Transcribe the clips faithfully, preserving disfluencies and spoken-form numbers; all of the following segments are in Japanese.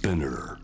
Spinner。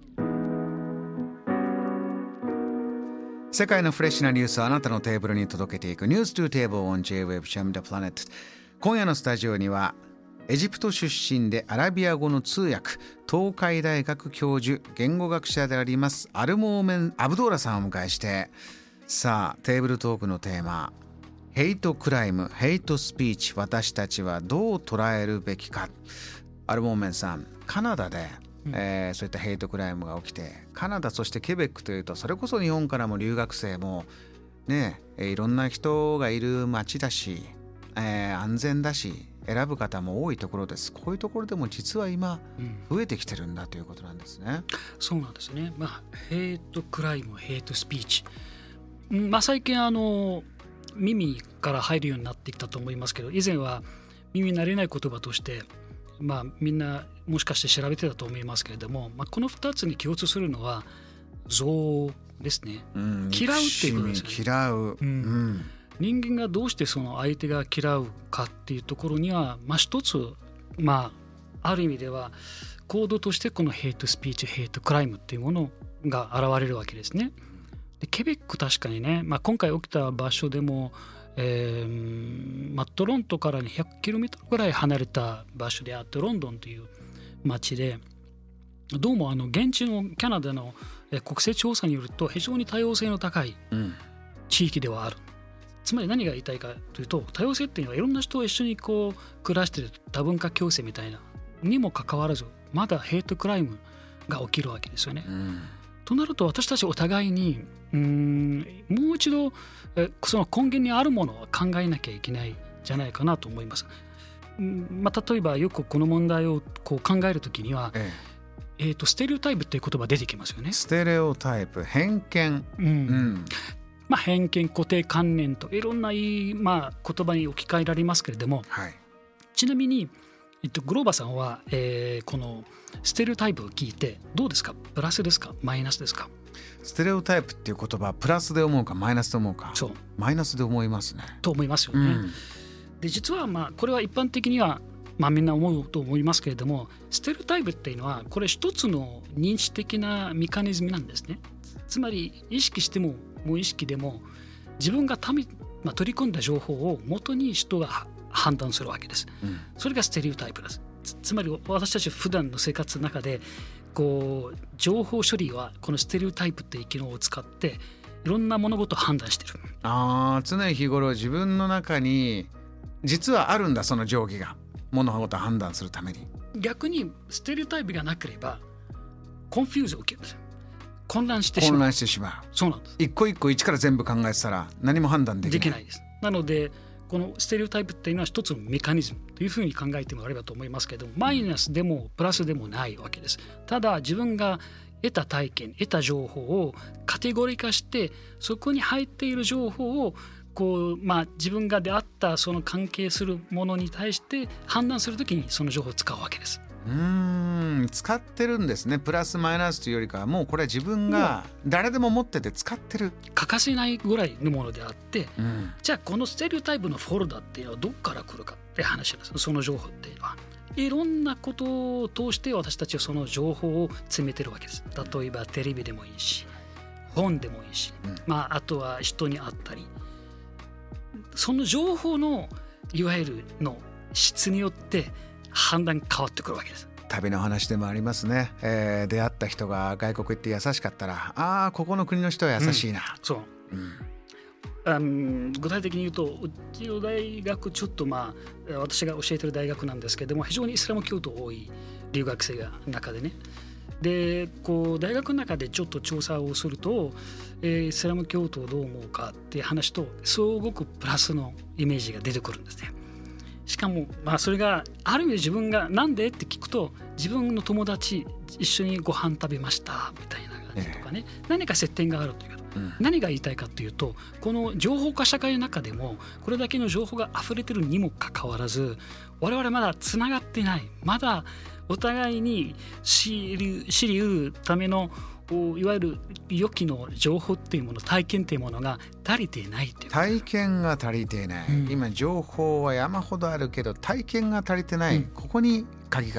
世界のフレッシュなニュースをあなたのテーブルに届けていく News to Table on J-Wave Jam the Planet。 今夜のスタジオにはエジプト出身でアラビア語の通訳、東海大学教授、言語学者でありますアルモーメン・アブドーラさんをお迎えして、さあテーブルトークのテーマ、ヘイトクライム、ヘイトスピーチ、私たちはどう捉えるべきか。アルモーメンさん、カナダで、うんえー、そういったヘイトクライムが起きて、カナダそしてケベックというとそれこそ日本からも留学生もね、いろんな人がいる街だし、えー、安全だし選ぶ方も多いところです。こういうところでも実は今増えてきてるんだということなんですね、うん、 そうなんですね、まあ、ヘイトクライム、ヘイトスピーチ、まあ、最近あの耳から入るようになってきたと思いますけど、以前は耳慣れない言葉として、まあ、みんなもしかして調べてたと思いますけれども、まあ、このふたつに共通するのは憎悪ですね、うん、嫌うっていうことですね。 嫌う、うんうん人間がどうしてその相手が嫌うかっていうところには、まあ、一つ、まあ、ある意味では行動としてこのヘイトスピーチ、ヘイトクライムっていうものが現れるわけですね。でケベック確かにね、まあ、今回起きた場所でも、えーまあ、トロントから ひゃくキロメートル ぐらい離れた場所であってロンドンという町で、どうもあの現地のカナダの国勢調査によると非常に多様性の高い地域ではある、うんつまり何が言いたいかというと、多様性っていうのはいろんな人と一緒にこう暮らしている多文化共生みたいなにもかかわらず、まだヘイトクライムが起きるわけですよね、うん、となると私たちお互いにうーんもう一度えその根源にあるものを考えなきゃいけないんじゃないかなと思います、うんまあ、例えばよくこの問題をこう考えるときには、えええー、とステレオタイプっていう言葉出てきますよね。 ステレオタイプ、偏見、 うんうんまあ、偏見、固定観念といろんな、まあ、言葉に置き換えられますけれども、はい、ちなみに、えっと、グローバさんは、えー、このステレオタイプを聞いてどうですか？プラスですか？マイナスですか？ ステレオタイプっていう言葉、プラスで思うかマイナスで思うか。そうマイナスで思いますね。 と思いますよね、うん、で実はまあこれは一般的には、まあ、みんな思うと思いますけれども、ステレオタイプっていうのはこれ一つの認知的なメカニズムなんですね。つまり意識しても無意識でも自分がたみ、まあ、取り込んだ情報を元に人が判断するわけです、うん、それがステレオタイプです。 つ, つまり私たち普段の生活の中でこう情報処理はこのステレオタイプっていう機能を使っていろんな物事を判断している。 あ常日頃自分の中に実はあるんだ、その定規が物事を判断するために。 逆にステレオタイプがなければコンフューズ起きるんですよ。混乱してしまう。 混乱してしまう。 そうなんです。 一個一個一から全部考えてたら何も判断できない。 できないです。なのでこのステレオタイプっていうのは一つのメカニズムというふうに考えてもらえればと思いますけど、マイナスでもプラスでもないわけです。ただ自分が得た体験、得た情報をカテゴリー化して、そこに入っている情報をこう、まあ、自分が出会ったその関係するものに対して判断するときにその情報を使うわけです。 うーん使ってるんですね。プラスマイナスというよりかはもうこれは自分が誰でも持ってて使ってる、 欠かせないぐらいのものであって、 うん、 じゃあこのステレオタイプのフォルダっていうのはどっから来るかって話なんです。その情報っていうのはいろんなことを通して私たちはその情報を詰めてるわけです。例えばテレビでもいいし本でもいいし、うんまあ、あとは人に会ったり、その情報のいわゆるの質によって判断変わってくるわけです。 旅の話でもありますね、えー、出会った人が外国行って優しかったら、ああここの国の人は優しいな、うん、 そう、うんあの具体的に言うとうちの大学ちょっとまあ私が教えてる大学なんですけども非常にイスラム教徒多い留学生が中でね、でこう大学の中でちょっと調査をすると、えー、イスラム教徒をどう思うかっていう話とすごくプラスのイメージが出てくるんですね。しかもまあそれがある意味で自分がなんでって聞くと自分の友達一緒にご飯食べましたみたいな感じとかね、えー、何か接点があるというか、うん、何が言いたいかというとこの情報化社会の中でもこれだけの情報が溢れてるにもかかわらず我々まだつながってない、まだお互いに知り知り得るためのいわゆる予期の情報っていうもの、体験っていうものが足りていないという。 体験が足りていない、うん、今情報は山ほどあるけど体験が足りてない、うん、ここに鍵がある。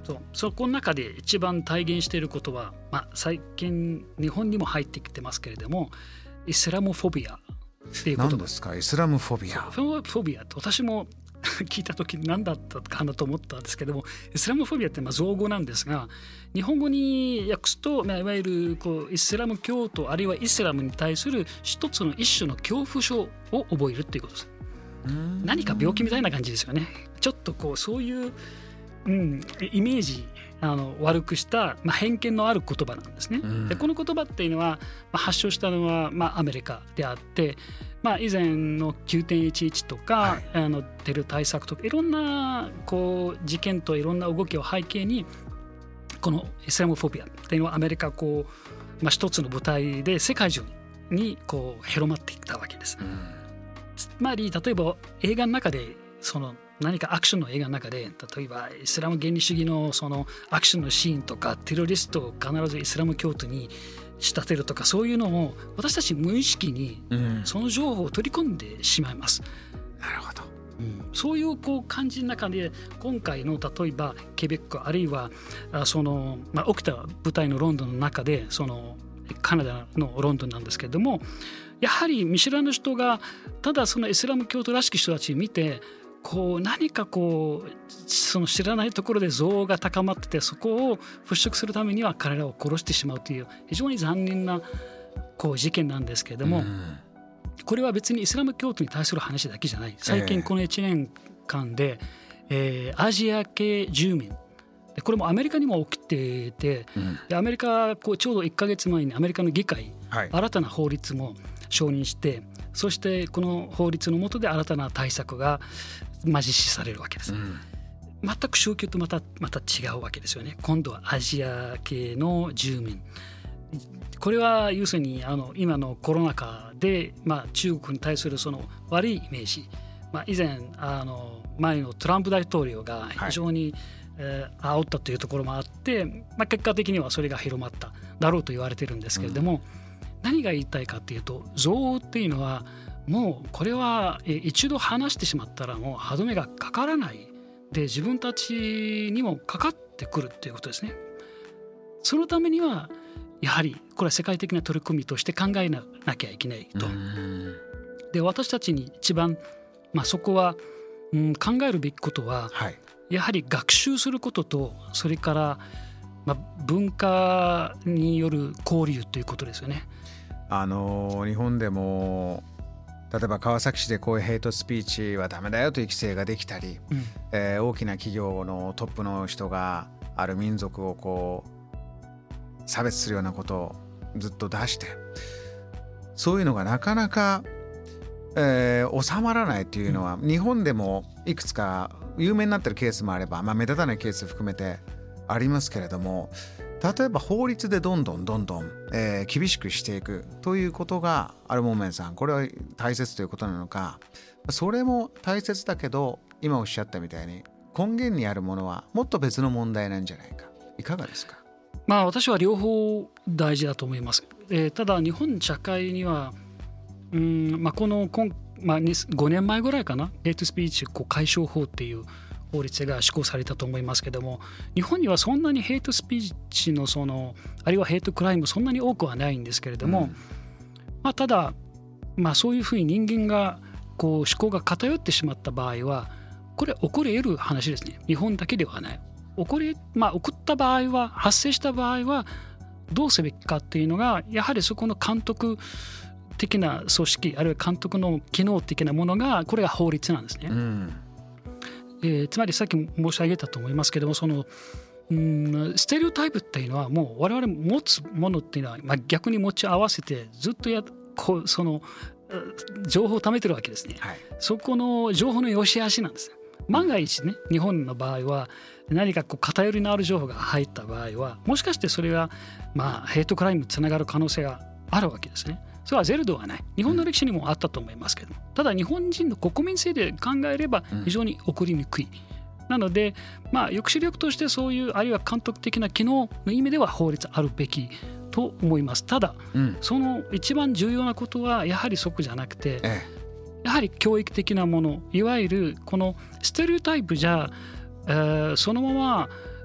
そうそこの中で一番体現していることは、まあ、最近日本にも入ってきてますけれども、イスラムフォビアっていうこと。 何ですかイスラムフォビア。 フォビアって私も聞いた時何だったかなと思ったんですけども、イスラムフォビアってまあ造語なんですが、日本語に訳すと、まあ、いわゆるこうイスラム教徒あるいはイスラムに対する一つの一種の恐怖症を覚えるっていうことです。何か病気みたいな感じですよね。ちょっとこうそういう、うん、イメージあの悪くした、まあ、偏見のある言葉なんですね。でこの言葉っていうのは、まあ、発祥したのは、まあ、アメリカであって、まあ、以前の きゅうてんいちいち とか、はい、あのテロ対策とかいろんなこう事件といろんな動きを背景にこのイスラムフォビアっていうのはアメリカこう、まあ、一つの舞台で世界中にこう広まっていったわけです。うんつまり例えば映画の中でその何かアクションの映画の中で例えばイスラム原理主義のそのアクションのシーンとかテロリストを必ずイスラム教徒に仕立てるとかそういうのを私たち無意識にその情報を取り込んでしまいます。 うん、なるほど、 うん、そういうこう感じの中で今回の例えばケベックあるいはその、まあ、起きた舞台のロンドンの中でそのカナダのロンドンなんですけれども、やはり見知らぬ人がただそのイスラム教徒らしき人たちを見てこう何かこうその知らないところで憎悪が高まってて、そこを払拭するためには彼らを殺してしまうという非常に残念なこう事件なんですけれども、これは別にイスラム教徒に対する話だけじゃない。最近このいちねんかんで、えー、アジア系住民これもアメリカにも起きていて、でアメリカこうちょうどいっかげつまえにアメリカの議会、はい、新たな法律も承認して、そしてこの法律の下で新たな対策がまあ実施されるわけです。うん、全く宗教とまたまた違うわけですよね。今度はアジア系の住民、これは要するにあの今のコロナ禍で、まあ、中国に対するその悪いイメージ、まあ、以前あの前のトランプ大統領が非常に、はいえー、煽ったというところもあって、まあ、結果的にはそれが広まっただろうと言われてるんですけれども、うん、何が言いたいかというと、憎悪っていうのはもうこれは一度話してしまったらもう歯止めがかからないで、自分たちにもかかってくるということですね。そのためにはやはりこれは世界的な取り組みとして考えなきゃいけないと。で私たちに一番、まあ、そこは、うん、考えるべきことは、はい、やはり学習することと、それから、まあ、文化による交流ということですよね。 あの日本でも例えば川崎市でこういうヘイトスピーチはダメだよという規制ができたり、うんえー、大きな企業のトップの人がある民族をこう差別するようなことをずっと出して、そういうのがなかなか、えー、収まらないというのは、うん、日本でもいくつか有名になってるケースもあれば、まあ、目立たないケース含めてありますけれども、例えば法律でどんどんどんどん、えー、厳しくしていくということがアルモーメンさん、これは大切ということなのか、それも大切だけど今おっしゃったみたいに根源にあるものはもっと別の問題なんじゃないか、いかがですか？ まあ私は両方大事だと思います。えー、ただ日本社会にはうーん、まあ、この今、まあ、ごねんまえぐらいかな、ヘイトスピーチこう解消法っていう法律が施行されたと思いますけども、日本にはそんなにヘイトスピーチのそのあるいはヘイトクライムそんなに多くはないんですけれども、うんまあ、ただ、まあ、そういうふうに人間がこう思考が偏ってしまった場合はこれ起こり得る話ですね。日本だけではない。起こり、まあ、起こった場合は発生した場合はどうすべきかっていうのが、やはりそこの監督的な組織あるいは監督の機能的なものが、これが法律なんですね。うんえー、つまりさっき申し上げたと思いますけども、そのうんステレオタイプっていうのはもう我々持つものっていうのは、まあ、逆に持ち合わせてずっとやこうその情報を貯めてるわけですね。はい、そこの情報の良し悪しなんです。万が一ね、日本の場合は何かこう偏りのある情報が入った場合は、もしかしてそれがまあヘイトクライムにつながる可能性があるわけですね。それはゼロではない。日本の歴史にもあったと思いますけども、ただ日本人の国民性で考えれば非常に起こりにくい。なので、まあ、抑止力としてそういうあるいは監督的な機能の意味では法律あるべきと思います。ただ、うん、その一番重要なことはやはりそこじゃなくて、ええやはり教育的なもの、いわゆるこのステレオタイプじゃ、えー、そのまま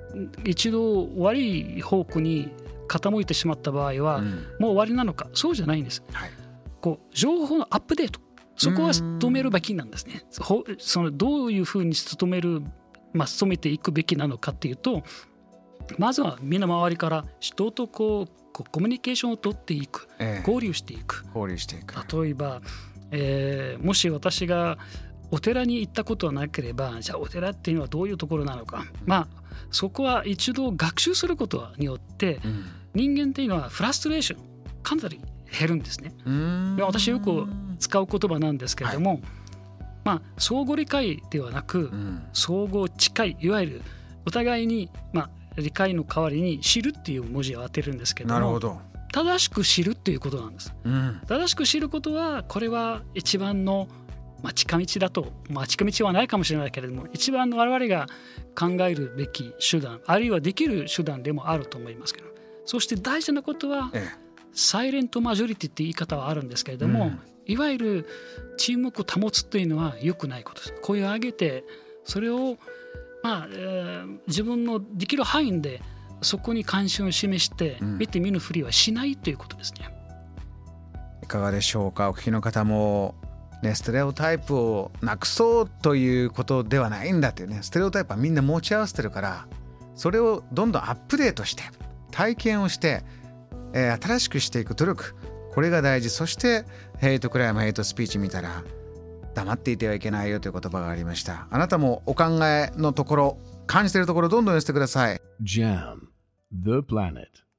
一度悪い方向に傾いてしまった場合は、うん、もう終わりなのか、そうじゃないんです、はい、こう情報のアップデート、そこは努めるべきなんですね。そのどういうふうに努める、まあ、努めていくべきなのかっていうと、まずはみんな周りから人とこうこうコミュニケーションを取っていく、えー、交流していく。 交流していく。 例えば、えー、もし私がお寺に行ったことはなければ、じゃあお寺っていうのはどういうところなのか、うん、まあそこは一度学習することによって、うん、人間っていうのはフラストレーションかなり減るんですね。うーん、私よく使う言葉なんですけれども、はい、まあ、相互理解ではなく、うん、相互近い、いわゆるお互いに、まあ、理解の代わりに知るっていう文字を当てるんですけども、なるほど、正しく知るっていうことなんです、うん、正しく知ることは、これは一番の、まあ、近道だと、まあ、近道はないかもしれないけれども、一番の我々が考えるべき手段、あるいはできる手段でもあると思いますけど、そして大事なことは、ええ、サイレントマジョリティって言い方はあるんですけれども、うん、いわゆる沈黙を保つというのは良くないことです。声を上げて、それを、まあえー、自分のできる範囲でそこに関心を示して、うん、見て見ぬふりはしないということですね。 いかがでしょうか。お聞きの方も、ね、ステレオタイプをなくそうということではないんだっていうね。ステレオタイプはみんな持ち合わせてるから、それをどんどんアップデートして体験をして、えー、新しくしていく努力、これが大事。そしてヘイトクライム、ヘイトスピーチ見たら黙っていてはいけないよという言葉がありました。あなたもお考えのところ、感じているところ、どんどん寄せてください。 ジャム The Planet